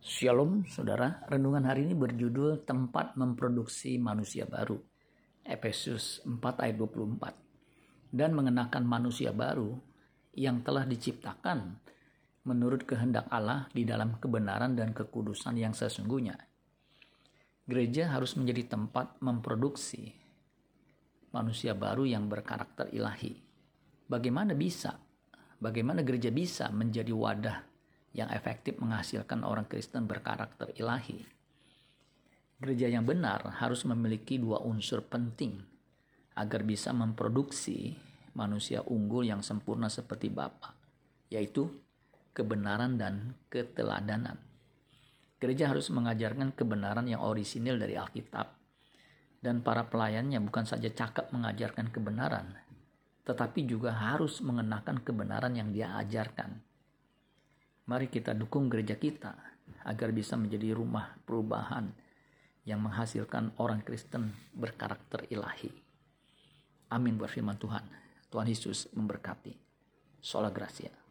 Shalom saudara, renungan hari ini berjudul Tempat Memproduksi Manusia Baru, Efesus 4 ayat 24, dan mengenakan manusia baru yang telah diciptakan menurut kehendak Allah di dalam kebenaran dan kekudusan yang sesungguhnya. Gereja harus menjadi tempat memproduksi manusia baru yang berkarakter ilahi. Bagaimana gereja bisa menjadi wadah yang efektif menghasilkan orang Kristen berkarakter ilahi? Gereja yang benar harus memiliki dua unsur penting agar bisa memproduksi manusia unggul yang sempurna seperti Bapa, yaitu kebenaran dan keteladanan. Gereja harus mengajarkan kebenaran yang orisinil dari Alkitab, dan para pelayannya bukan saja cakap mengajarkan kebenaran, tetapi juga harus mengenakan kebenaran yang dia ajarkan. Mari kita dukung gereja kita agar bisa menjadi rumah perubahan yang menghasilkan orang Kristen berkarakter ilahi. Amin, berfirman Tuhan. Tuhan Yesus memberkati. Sola Gracia.